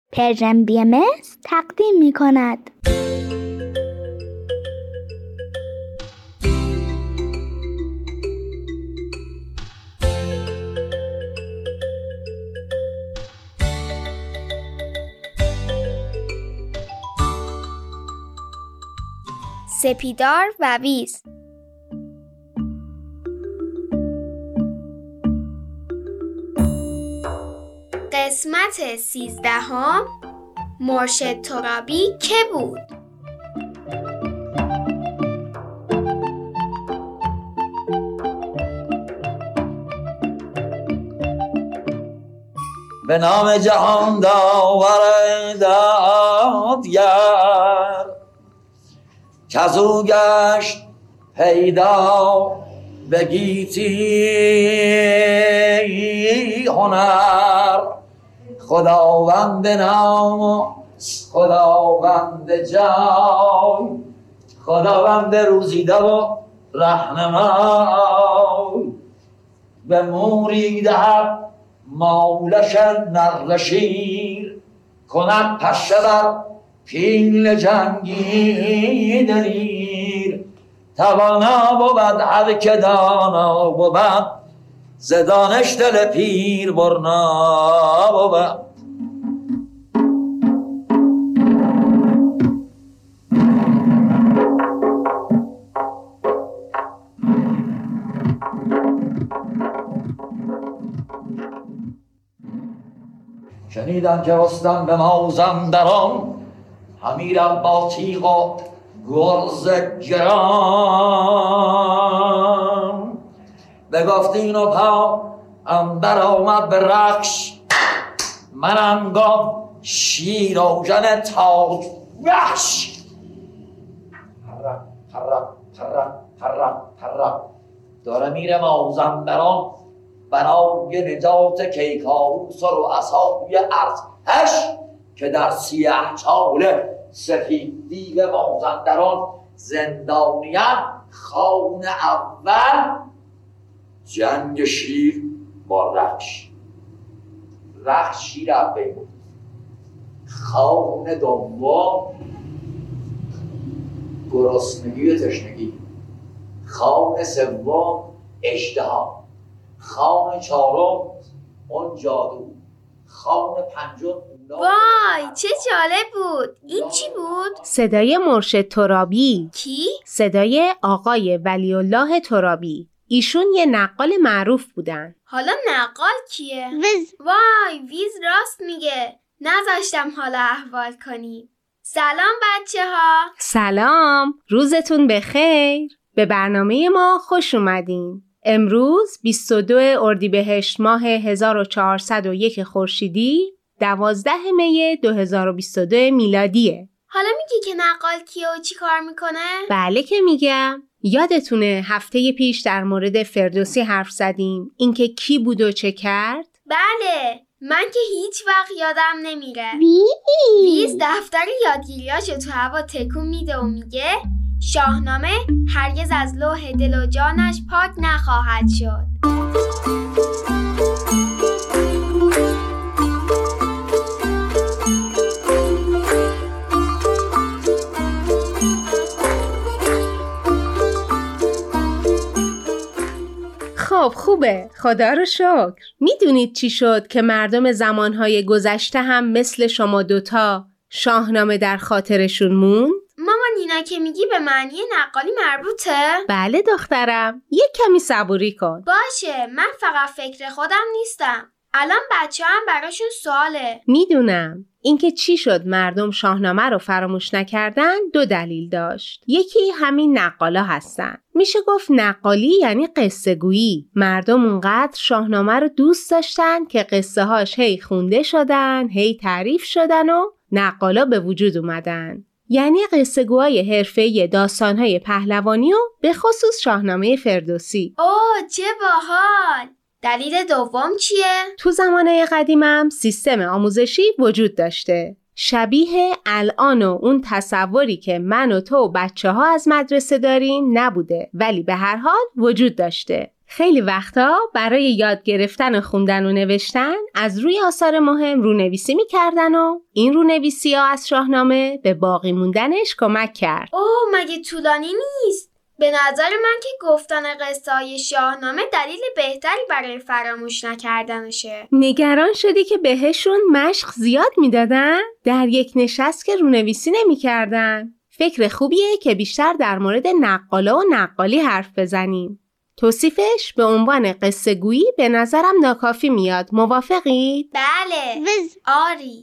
پرژن BMS تقدیم می کند. سپیدار و ویز. قسمت 13 مرشد ترابی که بود؟ به نام جهان داور دادگر کزو گشت پیدا به گیتی هنر، خداوند نام و خداوند جای، خداوند روزیده و رهنمای. به موری دهد مولش نر شیر، کند پشه بر پیل جنگی دلیر. توانا بود هر که دانا بود، ز دانش دل پیر برنا بود. شنیدم که رستم به مازندران، همیرم با تیغ و گرز گران. بگفتین و پا اندر آمد به رخش، منم گفت شیراوژن تاج وحش. پرم پرم پرم پرم پرم داره میره مازندران، برای نجات کیکاووس و رؤسای ارتش که در سیه چاله سفید دیو مازندران زندانیان. خان اول جنگ شیر با رخش، رخش شیر اولی بود. خان دوم گرسنگی و تشنگی، خان سوم اژدها، خان چهارم اون جادو، خان پنجم. وای چه جالب بود. این چی بود؟ صدای مرشد ترابی. کی؟ صدای آقای ولی الله ترابی. ایشون یه نقال معروف بودن. حالا نقال کیه؟ ویز. وای ویز راست میگه، نذاشتم حالا احوال کنیم. سلام بچه ها. سلام، روزتون بخیر. به برنامه ما خوش اومدین. امروز 22 اردیبهشت ماه 1401 خورشیدی، 12 می 2022 میلادیه. حالا میگی که نقال کیه و چی کار میکنه؟ بله که میگم. یادتونه هفته پیش در مورد فردوسی حرف زدیم، اینکه کی بود و چه کرد؟ بله، من که هیچ وقت یادم نمیره. ویز دفتر یادگیریاشو تو هوا تکون میده و میگه شاهنامه هرگز از لوح دل و جانش پاک نخواهد شد. خب خوبه، خدا رو شکر. میدونید چی شد که مردم زمانهای گذشته هم مثل شما دوتا شاهنامه در خاطرشون موند؟ مامان اینا که میگی به معنی نقالی مربوطه؟ بله دخترم، یک کمی صبوری کن. باشه، من فقط فکر خودم نیستم. الان بچه هم براشون سواله. میدونم. اینکه چی شد مردم شاهنامه رو فراموش نکردن 2 دلیل داشت. یکی همین نقالا هستن. میشه گفت نقالی یعنی قصه گویی. مردم اونقدر شاهنامه رو دوست داشتن که قصه هاش هی خونده شدن، هی تعریف شدن و نقالا به وجود اومدن. یعنی قصه گوهای حرفه‌ای داستان‌های پهلوانی و به خصوص شاهنامه فردوسی. اوه چه باحال! دلیل دوم چیه؟ تو زمانه قدیمم سیستم آموزشی وجود داشته. شبیه الان و اون تصوری که من و تو و بچه ها از مدرسه داریم نبوده، ولی به هر حال وجود داشته. خیلی وقتا برای یاد گرفتن و خوندن و نوشتن از روی آثار مهم رونویسی میکردن و این رونویسی ها از شاهنامه به باقی موندنش کمک کرد. اوه مگه طولانی نیست؟ به نظر من که گفتن قصه های شاهنامه دلیل بهتری برای فراموش نکردنشه. نگران شدی که بهشون مشق زیاد میدادن؟ در یک نشست که رونویسی نمیکردن. فکر خوبیه که بیشتر در مورد نقالا و نقالی حرف بزنیم. توصیفش به عنوان قصه گویی به نظرم ناکافی میاد. موافقید؟ بله. آری.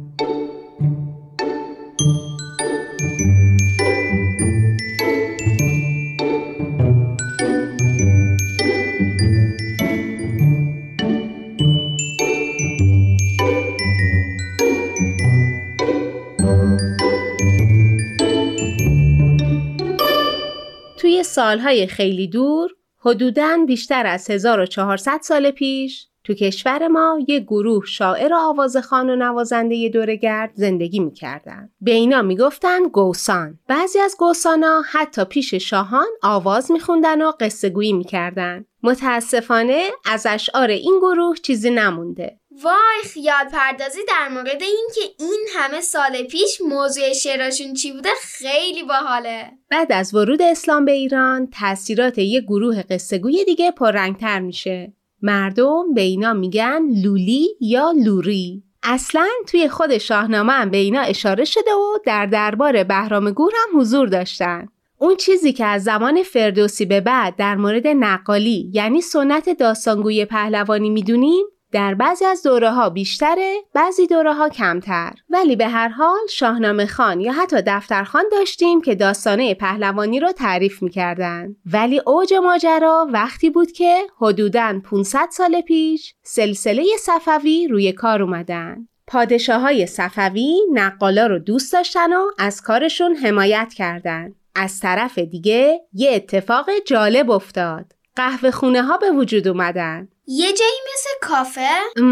توی سالهای خیلی دور، حدوداً بیشتر از 1400 سال پیش، تو کشور ما یک گروه شاعر و آوازخوان و نوازنده دوره‌گرد زندگی می‌کردن. به اینا میگفتن گوسان. بعضی از گوسانا حتی پیش شاهان آواز می‌خوندن و قصه گویی می‌کردن. متاسفانه از اشعار این گروه چیزی نمونده. وای خیال پردازی در مورد این که این همه سال پیش موضوع شعرشون چی بوده خیلی باحاله. بعد از ورود اسلام به ایران تأثیرات یک گروه قصه گوی دیگه پررنگ‌تر میشه. مردم به اینا میگن لولی یا لوری. اصلاً توی خود شاهنامه هم به اینا اشاره شده و در دربار بهرام گور هم حضور داشتن. اون چیزی که از زمان فردوسی به بعد در مورد نقالی یعنی سنت داستانگوی پهلوانی میدونیم، در بعضی از دوره‌ها بیشتره، بعضی دوره‌ها کمتر. ولی به هر حال شاهنامه خان یا حتی دفترخوان داشتیم که داستانه پهلوانی رو تعریف می‌کردن. ولی اوج ماجرا وقتی بود که حدوداً 500 سال پیش سلسله صفوی روی کار اومدن. پادشاه‌های صفوی نقالا رو دوست داشتن و از کارشون حمایت کردن. از طرف دیگه یه اتفاق جالب افتاد. قهوه خونه ها به وجود اومدن. یه جایی مثل کافه؟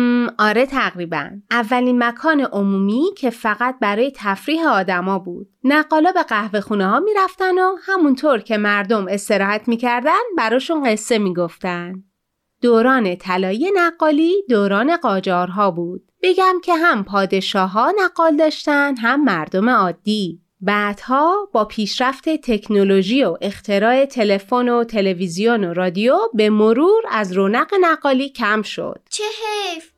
آره تقریبا. اولین مکان عمومی که فقط برای تفریح آدما بود. نقالا به قهوه خونه ها می رفتن و همونطور که مردم استراحت می کردن براشون قصه می گفتن. دوران طلایی نقالی دوران قاجارها بود. بگم که هم پادشاه ها نقال داشتن هم مردم عادی. بعدها با پیشرفت تکنولوژی و اختراع تلفن و تلویزیون و رادیو به مرور از رونق نقالی کم شد. چه حیف!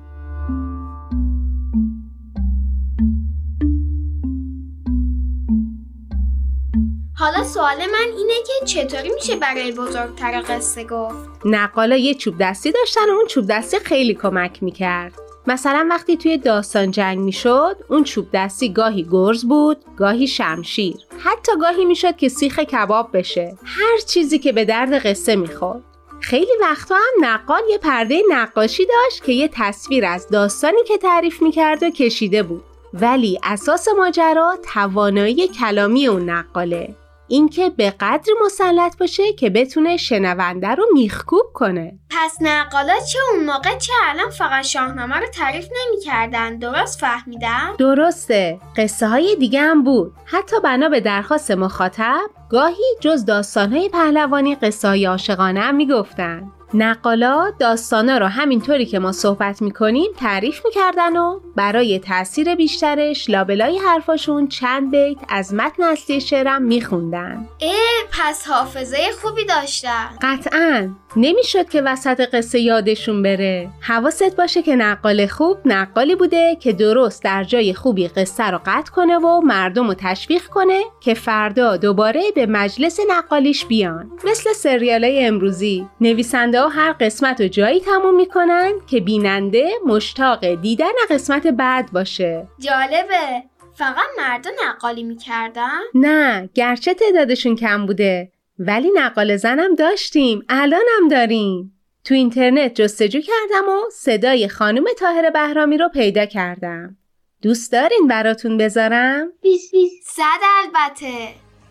حالا سوال من اینه که چطوری میشه برای بزرگتر قصه گفت؟ نقالا یه چوب دستی داشتن و اون چوب دستی خیلی کمک میکرد. مثلا وقتی توی داستان جنگ میشد، اون چوب دستی گاهی گرز بود، گاهی شمشیر. حتی گاهی میشد که سیخ کباب بشه. هر چیزی که به درد قصه میخورد. خیلی وقتا هم نقال یه پرده نقاشی داشت که یه تصویر از داستانی که تعریف میکرد و کشیده بود. ولی اساس ماجرا توانایی کلامی اون نقاله. اینکه به قدری مسلط باشه که بتونه شنونده رو میخکوب کنه. پس نقالا چه اون موقع چه الان فقط شاهنامه رو تعریف نمی‌کردن. درست فهمیدم؟ درسته. قصه های دیگه هم بود. حتی بنا به درخواست مخاطب گاهی جز داستان‌های پهلوانی قصه‌های عاشقانه هم میگفتن. نقالا داستانا رو همینطوری که ما صحبت میکنیم تعریف میکردن و برای تأثیر بیشترش لابلای حرفاشون چند بیت از متن اصلی شعرم میخوندن. پس حافظه خوبی داشتن. قطعاً. نمیشد که وسط قصه یادشون بره. حواست باشه که نقال خوب نقالی بوده که درست در جای خوبی قصه رو قطع کنه و مردم رو تشویق کنه که فردا دوباره به مجلس نقالیش بیان. مثل سریالای امروزی نویسنده ها هر قسمت رو جایی تموم میکنن که بیننده مشتاق دیدن قسمت بعد باشه. جالبه. فقط مردم نقالی میکردن؟ نه، گرچه تعدادشون کم بوده ولی نقال زنم داشتیم، الانم داریم. تو اینترنت جستجو کردم و صدای خانم طاهره بهرامی رو پیدا کردم. دوست دارین براتون بذارم؟ 100 البته.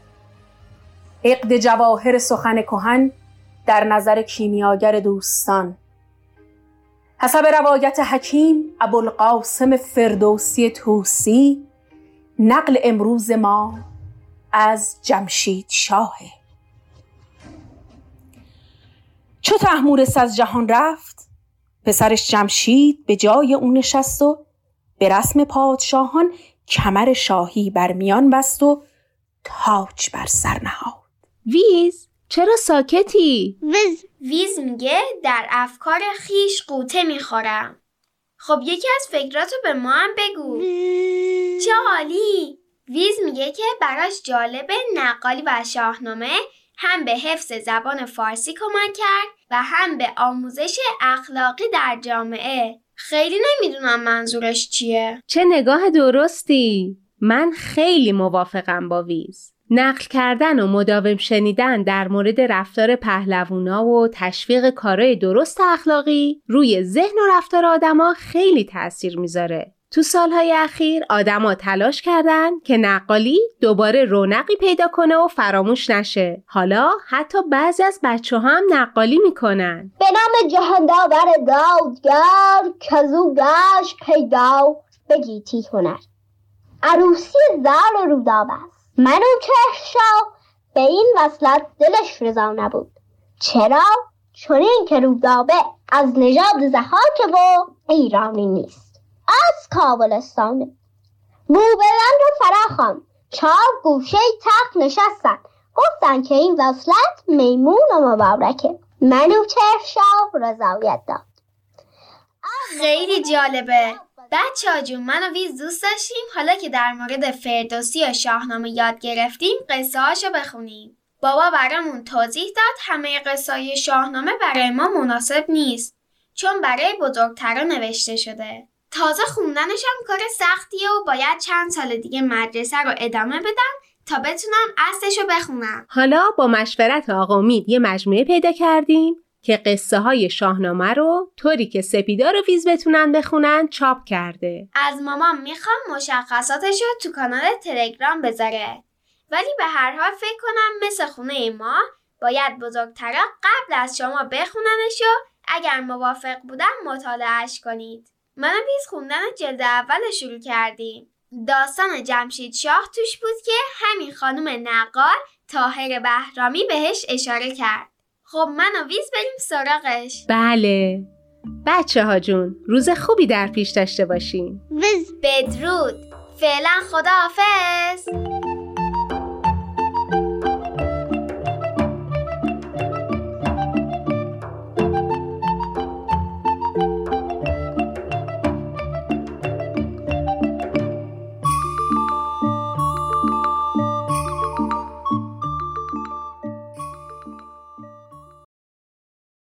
عقد جواهر سخن کهن در نظر کیمیاگر دوستان. حسب روایت حکیم ابوالقاسم فردوسی طوسی، نقل امروز ما از جمشید شاه. چو طهمورث از جهان رفت، پسرش جمشید به جای او نشست و به رسم پادشاهان کمر شاهی بر میان بست و تاج بر سر نهاد. ویز چرا ساکتی؟ ویز میگه در افکار خیش غوطه میخورم. خب یکی از فکراتو به ما هم بگو. چه عالی! ویز میگه که براش جالبه نقالی و شاهنامه هم به حفظ زبان فارسی کمک کرد و هم به آموزش اخلاقی در جامعه. خیلی نمیدونم منظورش چیه. چه نگاه درستی! من خیلی موافقم با ویز. نقل کردن و مداوم شنیدن در مورد رفتار پهلوونا و تشویق کارهای درست اخلاقی روی ذهن و رفتار آدما خیلی تأثیر میذاره. تو سالهای اخیر آدما تلاش کردن که نقالی دوباره رونقی پیدا کنه و فراموش نشه. حالا حتی بعضی از بچه‌ها هم نقالی میکنن. به نام جهانداور دادگر کزو گشت پیدا بگیتی هنر. عروسی زال روداب است. منوچهر به این وصلت دلش رضا نبود. چرا؟ چون این که رودابه از نژاد ضحاک و ایرانی نیست، از کابلستانه. موبدان رو فراخوان 4 گوشه تخت نشستن، گفتن که این وصلت میمون و مبارکه. منوچهر رضایت داد. خیلی جالبه. بچه‌ها جون، من و ویز دوست داشتیم حالا که در مورد فردوسی و شاهنامه یاد گرفتیم قصه هاشو بخونیم. بابا برامون توضیح داد همه قصه های شاهنامه برای ما مناسب نیست، چون برای بزرگترا نوشته شده. تازه خوندنش هم کار سختیه و باید چند سال دیگه مدرسه رو ادامه بدم تا بتونم اصلشو بخونم. حالا با مشورت آقا امید یه مجموعه پیدا کردیم که قصه های شاهنامه رو طوری که سپیدار و ویز بتونن بخونن چاپ کرده. از مامان میخوام مشخصاتش رو تو کانال تلگرام بذاره. ولی به هر حال فکر کنم مثل خونه ما باید بزرگترا قبل از شما بخوننش و اگر موافق بودن مطالعهش کنید. من و ویز خوندن جلد اول شروع کردیم. داستان جمشید شاه توش بود که همین خانم نقال طاهر بهرامی بهش اشاره کرد. خب من و ویز بریم سراغش. بله. بچه‌ها جون، روز خوبی در پیش داشته باشین. بدرود. فعلا خداحافظ.